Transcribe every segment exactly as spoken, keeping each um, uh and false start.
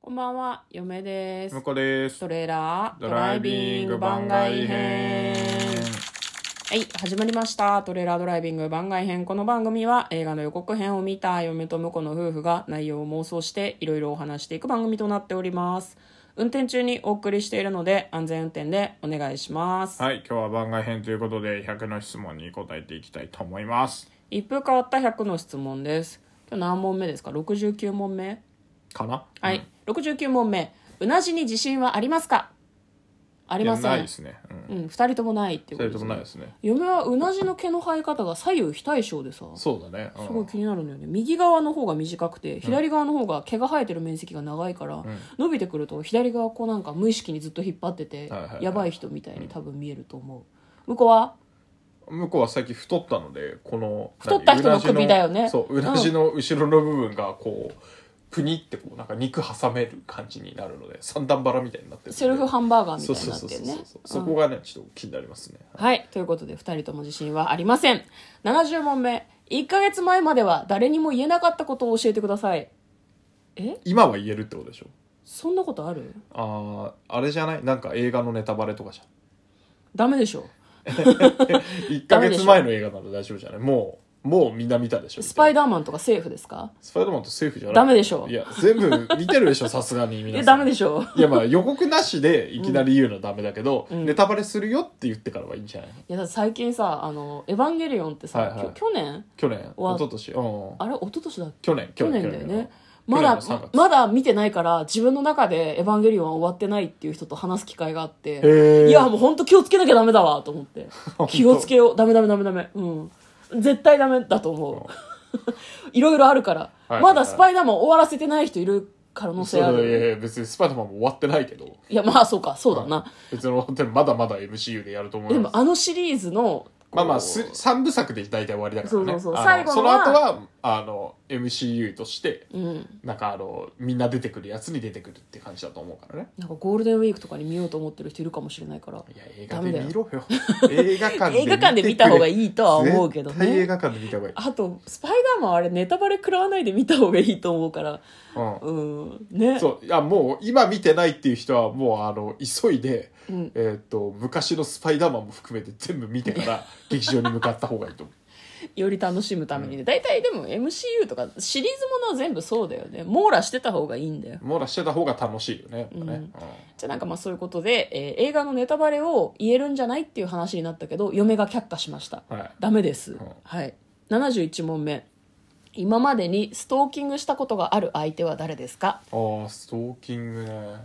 こんばんは、嫁です。 向こうです。 トレーラードドライビング番外編。 はい、始まりました。トレーラードライビング番外編。この番組は映画の予告編を見た嫁と婿の夫婦が内容を妄想していろいろお話していく番組となっております。運転中にお送りしているので安全運転でお願いします。 はい、今日は番外編ということでひゃくの質問に答えていきたいと思います。 一風変わったひゃくの質問です。今日何問目ですか？ろくじゅうきゅう問目かな。 はい、うん、ろくじゅうきゅう問目。うなじに自信はありますか？ありません。 ないですね。うん。 うん、ふたりともないっていうことですね。 ふたりともないですね。 嫁はうなじの毛の生え方が左右非対称でさ、 そうだね。うん、 すごい気になるんだよね。右側の方が短くて、左側の方が毛が生えてる面積が長いから、うん、伸びてくると左側こうなんか無意識にずっと引っ張ってて、はいはいはい、やばい人みたいに多分見えると思う。向こうは？ 向こうは最近太ったので、この太った人の首だよね。 そう、うなじの後ろの部分がこう、プニってこうなんか肉挟める感じになるので三段バラみたいになってる。 セルフハンバーガーみたいになってるね。 そこがねちょっと気になりますね。 はい、ということでふたりとも自信はありません。ななじゅう問目。いっかげつまえまでは誰にも言えなかったことを教えてください。え？ 今は言えるってことでしょ？ そんなことある？ ああ、あれじゃない？なんか映画のネタバレとかじゃん。 ダメでしょ。 いっかげつまえの映画なら大丈夫じゃない？もうもうみんな見たでしょ。 スパイダーマンとかセーフですか？ スパイダーマンとセーフじゃない？ ダメでしょ。 いや全部見てるでしょさすがに皆さん。 えダメでしょ。 いやまあ予告なしでいきなり言うのはダメだけど、うん、ネタバレするよって言ってからはいいんじゃない？いやだって最近さあのエヴァンゲリオンってさ、はいはい、去年去年一昨年あれ一昨年だっけ？ 去年去年だよね。まだまだ見てないから自分の中でエヴァンゲリオンは終わってないっていう人と話す機会があって、いやもう本当気をつけなきゃダメだわと思って気をつけよう。ダメダメダメダメ、うん、絶対ダメだと思う。いろいろあるから、はいはいはい、まだスパイダーマン終わらせてない人いる可能性ある。 いやいや別にスパイダーマンも終わってないけど。 いやまあそうかそうだな、はい、 別のまだまだ エムシーユー でやると思います。 でもあのシリーズのまあまあさんぶさくで大体終わりだからね。 そうそうそう最後のその後はあの エムシーユー として、うん、なんかあのみんな出てくるやつに出てくるって感じだと思うからね。 なんかゴールデンウィークとかに見ようと思ってる人いるかもしれないから。 いや映画で見ろよ。映画館で映画館で見た方がいいとは思うけどね。 絶対映画館で見た方がいい。 あとスパイダーマンはあれネタバレ食らわないで見た方がいいと思うから。うん、うん、ね。 そういやもう今見てないっていう人はもうあの急いで、うん、えー、っと昔のスパイダーマンも含めて全部見てから劇場に向かった方がいいと思う。 より楽しむためにね。大体、うん、でも エムシーユー とかシリーズものは全部そうだよね。網羅してた方がいいんだよ。 網羅してた方が楽しいよね。やっぱね、うんうん、じゃあなんかまあそういうことで、えー、映画のネタバレを言えるんじゃないっていう話になったけど嫁が却下しました、はい、ダメです、うん、はい。ななじゅういち問目。今までにストーキングしたことがある相手は誰ですか？ ああストーキングね。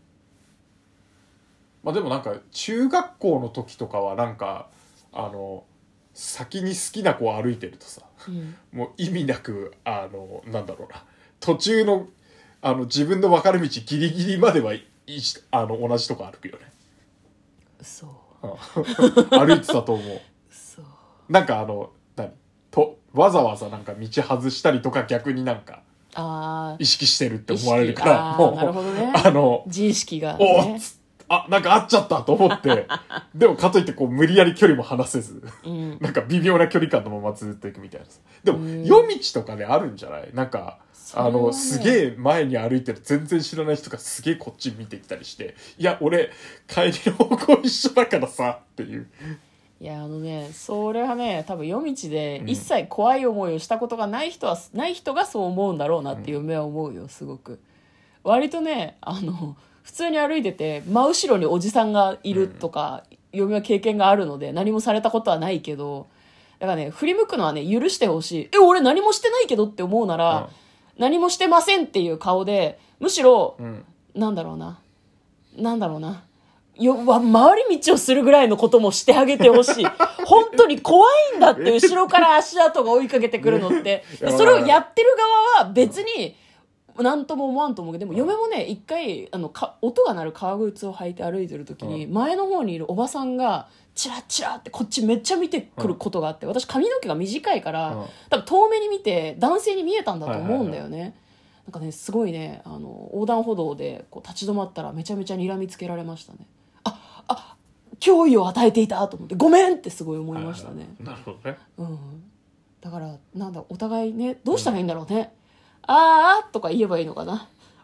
まあでもなんか中学校の時とかはなんかあの先に好きな子を歩いてるとさ、うん、もう意味なくあのなんだろうな途中のあの自分の分かる道ギリギリまではいあの同じとこ歩くよね。 そう歩いてたと思う。 そうなんかあの何とわざわざなんか道外したりとか逆になんかあ意識してるって思われるからもうなるほどね。 あの自意識が、ね、 おっあ、なんか合っちゃったと思ってでもかといってこう無理やり距離も離せず、うん、なんか微妙な距離感のままずっと行くみたいな。でも夜道とかであるんじゃない？なんか、ね、あのすげえ前に歩いてる全然知らない人がすげえこっち見てきたりして、いや俺帰りの方向一緒だからさっていう。 いやあのねそれはね多分夜道で一切怖い思いをしたことがない人は、うん、ない人がそう思うんだろうなっていう夢は思うよ。すごく割とねあの普通に歩いてて真後ろにおじさんがいるとか、うん、嫁は経験があるので何もされたことはないけど、だからね振り向くのはね許してほしい。え俺何もしてないけどって思うなら、うん、何もしてませんっていう顔でむしろ、うん、なんだろうななんだろうなよ回り道をするぐらいのこともしてあげてほしい。本当に怖いんだって後ろから足跡が追いかけてくるのってそれをやってる側は別になんとも思わんと思うけど、でも嫁もね一回あのか音が鳴る革靴を履いて歩いてる時に前の方にいるおばさんがチラッチラッってこっちめっちゃ見てくることがあって、私髪の毛が短いから多分遠目に見て男性に見えたんだと思うんだよね。なんかねすごいねあの横断歩道でこう立ち止まったらめちゃめちゃ睨みつけられましたね。ああ脅威を与えていたと思ってごめんってすごい思いましたね。 なるほどね、 うん、だからなんだお互いねどうしたらいいんだろうね、うん、あーとか言えばいいのかな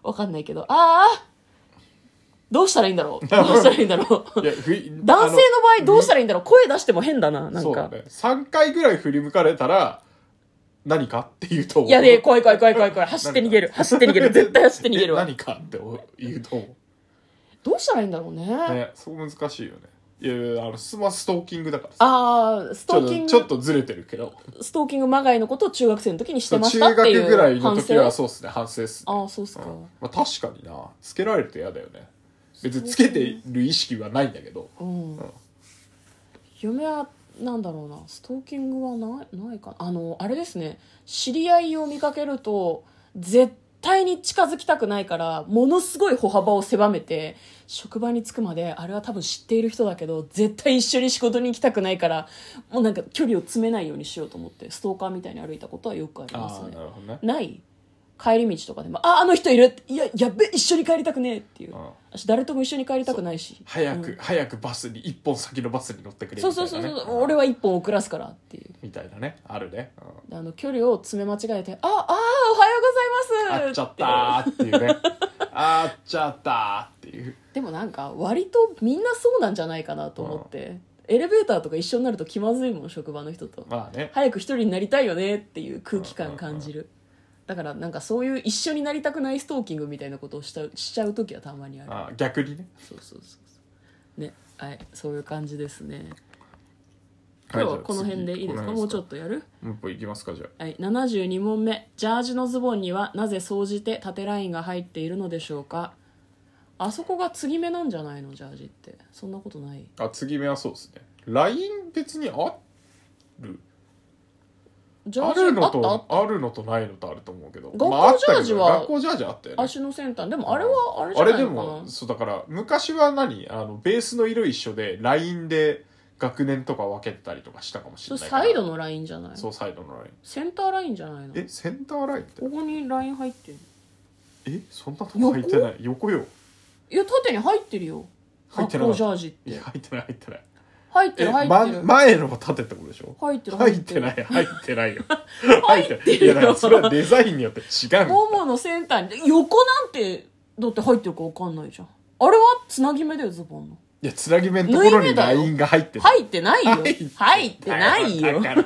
わかんないけど、ああどうしたらいいんだろうどうしたらいいんだろういやふい男性の場合どうしたらいいんだろう声出しても変だな、なんか。 そうだね。さんかいぐらい振り向かれたら、何かって言うと思う。 いやで、怖い怖い怖い怖い怖い。走って逃げる。走って逃げる。絶対走って逃げるわ。 何かって言うと思う。 どうしたらいいんだろうね。 ね、そう難しいよね。いやいや、あの、スマストーキングだからさ。 ああ、ストーキング。 ちょっと、ちょっとずれてるけど。 ストーキングまがいのことを中学生の時にしてましたっていう。 中学ぐらいの時はそうっすね、反省っすね。 ああ、そうっすか。 うんまあ、確かにな、つけられると嫌だよね。別につけてる意識はないんだけど。 うん。うん、嫁は、なんだろうな、ストーキングはない、ないかな。あの、あれですね、知り合いを見かけると、絶対に近づきたくないから、ものすごい歩幅を狭めて、職場に着くまで、あれは多分知っている人だけど、絶対一緒に仕事に行きたくないから、もうなんか距離を詰めないようにしようと思って、ストーカーみたいに歩いたことはよくありますね。 ああ、なるほどね。 ない帰り道とかでも、あ、あの人いるいや、やっべ、一緒に帰りたくねえっていう。 うん私誰とも一緒に帰りたくないし。 早く、 うん、 早くバスに、一本先のバスに乗ってくれみたそいうな、ね。 そうそうそう、俺は一本遅らすからっていう。 みたいなね。あるね。うん、 あの、距離を詰め間違えて、あ、あー、おはようございますあっちゃったーっていうね。あっちゃったーっていう。 でもなんか、割とみんなそうなんじゃないかなと思って。うん、エレベーターとか一緒になると気まずいもん、職場の人と。 まあね。 早く一人になりたいよねっていう空気感感じる。うんうんうん、だからなんかそういう一緒になりたくないストーキングみたいなことをしちゃう、しちゃう時はたまにある。 あ、逆にね。 そうそうそうそうね、はい、そういう感じですね。今日はこの辺でいいですか、もうちょっとやる。 もう一歩いきますか、じゃあ。 はい、ななじゅうに問目、ジャージのズボンにはなぜ総じて縦ラインが入っているのでしょうか。あそこが継ぎ目なんじゃないの、ジャージって。そんなことない。 あ、継ぎ目はそうですね。ライン別にあるジャージあるのあったあったとあるのとないのとあると思うけど、 学校まああったけどジャージは学校ジャージあったよね。 足の先端でもあれはあれじあゃないのかな。 れでもそうだから昔は何あのベースの色一緒でラインで学年とか分けたりとかしたかもしれないから。 サイドのラインじゃない。 そう、サイドのライン。 センターラインじゃないの。 え、センターラインってここにライン入ってる。 え、そんなとこ入ってない。横よ。 いや、縦に入ってるよ。 入ってない。 学校ジャージって。 いや、入ってない入ってない。 入ってる入ってる、 ま、前の縦ってことでしょ。 入ってる入ってない入ってないよ入ってるよ。 いやだからそれはデザインによって違う。 もものセンターに横なんてだって入ってるか分かんないじゃん。あれはつなぎ目だよ、ズボンの。 いや、つなぎ目のところにラインが入ってる。 入ってないよ。入ってないよ。 だから、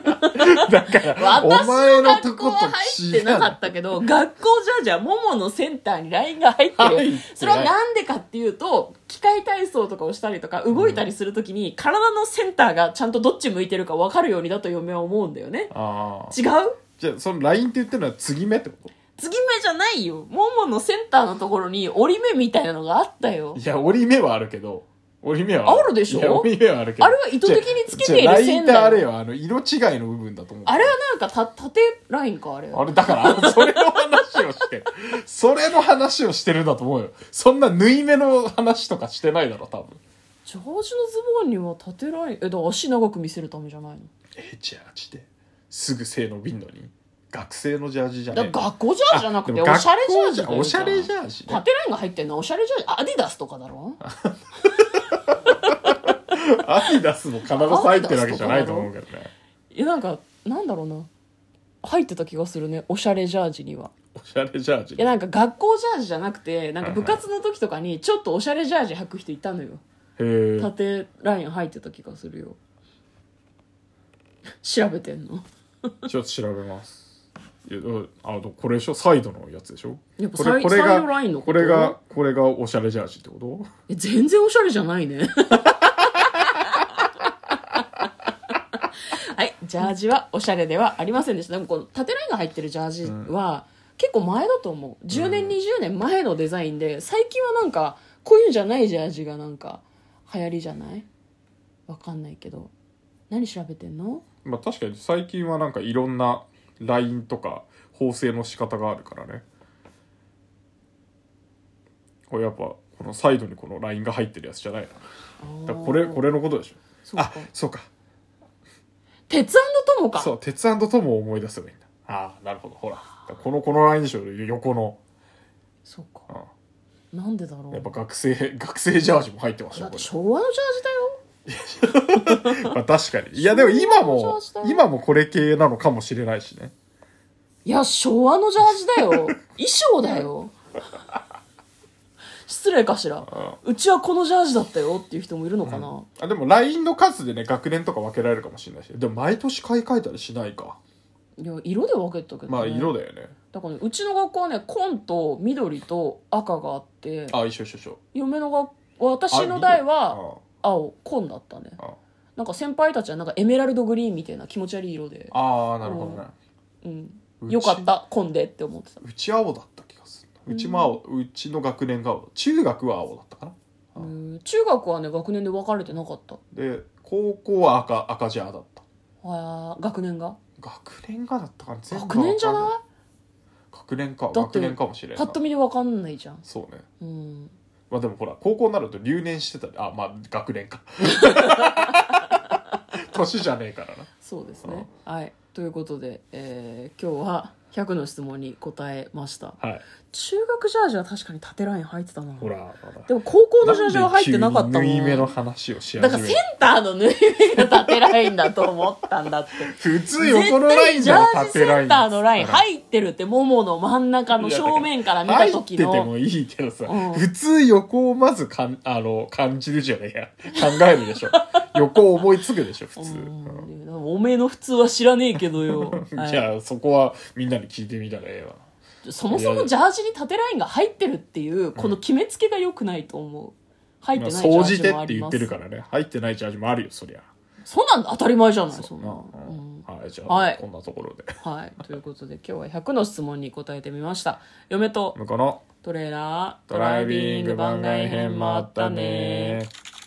だから私の学校は入ってなかったけど、学校じゃじゃもものセンターにラインが入ってる。 入ってないそれはなんでかっていうと、機械体操とかをしたりとか、動いたりするときに、体のセンターがちゃんとどっち向いてるか分かるようにだと嫁は思うんだよね。 あ違う？ じゃあ、そのラインって言ってるのは継ぎ目ってこと？ 継ぎ目じゃないよ。もものセンターのところに折り目みたいなのがあったよ。 いや、折り目はあるけど、折り目はあるでしょ。 いや、折り目はあるけど。 あれは意図的につけている線だよ。 ラインってあれよ、あの、色違いの部分だと思う。 あれはなんかた、縦ラインか、あれ。 あれ、だから、それの話をして、それの話をしてるんだと思うよ。そんな縫い目の話とかしてないだろ、多分。 ジャージのズボンには縦ライン、え、だから足長く見せるためじゃないの？ え、ジャージで。すぐ背伸びんのに。学生のジャージじゃない。 だから学校ジャージじゃなくて、おしゃれジャージだよ。 おしゃれジャージ、ね。 縦ラインが入ってんのおしゃれジャージ。アディダスとかだろアディダスも必ず入ってるわけじゃないと思うけどね。 いや、なんか、なんだろうな。入ってた気がするね、おしゃれジャージには。 おしゃれジャージ、 いや、なんか学校ジャージじゃなくて、なんか部活の時とかにちょっとおしゃれジャージ履く人いたのよ。 へえ。 縦ライン入ってた気がするよ。調べてんの？ ちょっと調べます。いや、あの、これでしょ、サイドのやつでしょ。 やっぱこれ、これサイドラインのが、 ことこれが、これがおしゃれジャージってこと？ え、全然おしゃれじゃないね。はい、ジャージはおしゃれではありませんでした。でもこの縦ラインが入ってるジャージは、結構前だと思う。じゅうねん、にじゅうねんまえのデザインで、最近はなんか、こういうんじゃないジャージがなんか、流行りじゃない？わかんないけど。何調べてんの？ まあ確かに最近はなんかいろんなラインとか縫製の仕方があるからね。これやっぱこのサイドにこのラインが入ってるやつじゃないな。だからこれこれのことでしょ。 そうか。 あ、そうか。 鉄トモか。 そう、鉄トモを思い出せばいいんだ。ああ、なるほど。ほら、このこのラインでしょ、横の。 そうか。 ああなんでだろう。 やっぱ学生学生ジャージも入ってましたよ。 昭和のジャージだよ。 まあ確かに。いやでも今も今もこれ系なのかもしれないしね。 いや昭和のジャージだよ。衣装だよ。 失礼かしら。うちはこのジャージだったよっていう人もいるのかな、うん、 あでも ライン の数でね学年とか分けられるかもしれないし、でも毎年買い替えたりしないか。 いや色で分けたけどね。 まあ色だよね。 だから、ね、うちの学校はね紺と緑と赤があって、 あ一緒一緒一緒。 嫁の学私の代は青紺だったね。なんか先輩たちはなんかエメラルドグリーンみたいな気持ち悪い色で。 ああなるほどね。 うん、うん、よかった紺でって思ってた。 うち青だった気がする。うちも青、うん、うちの学年が青。中学は青だったかな。 うん、中学はね学年で分かれてなかった。 で高校は赤赤ジャーだった。 あ学年が学年がだったかな。全部学年じゃない？ 学年か学年かもしれない。 パッと見で分かんないじゃん。 そうね。 うん。 まあでもほら高校になると留年してたり、あまあ学年か年じゃねえからな。 そうですね、うん、はいということで、えー、今日はひゃくの質問に答えました、 はい、 中学ジャージは確かに縦ライン入ってたな。 ほらでも高校のジャージは入ってなかったもん。 なんで急に縫い目の話をし始める。 だからセンターの縫い目が縦ラインだと思ったんだって普通横のラインだろ。縦ラインセンターのライン入ってるって、ももの真ん中の正面から見た時の。 入っててもいいけどさ、 うん、 普通横をまずかんあの感じるじゃねえや考えるでしょ横思いつくでしょ普通、 うんうん、おめえの普通は知らねえけどよじゃあそこはみんなに聞いてみたらええわ。 そもそもジャージに縦ラインが入ってるっていうこの決めつけが良くないと思う。入ってないジャージもあります。 総じてって言ってるからね。入ってないジャージもあるよそりゃ。 そうなんだ、当たり前じゃない。そんな、うん、 はいじゃあ、はい、こんなところではいということで今日はひゃくの質問に答えてみました。嫁と向こうのトレーラードライビング番外編もあったね。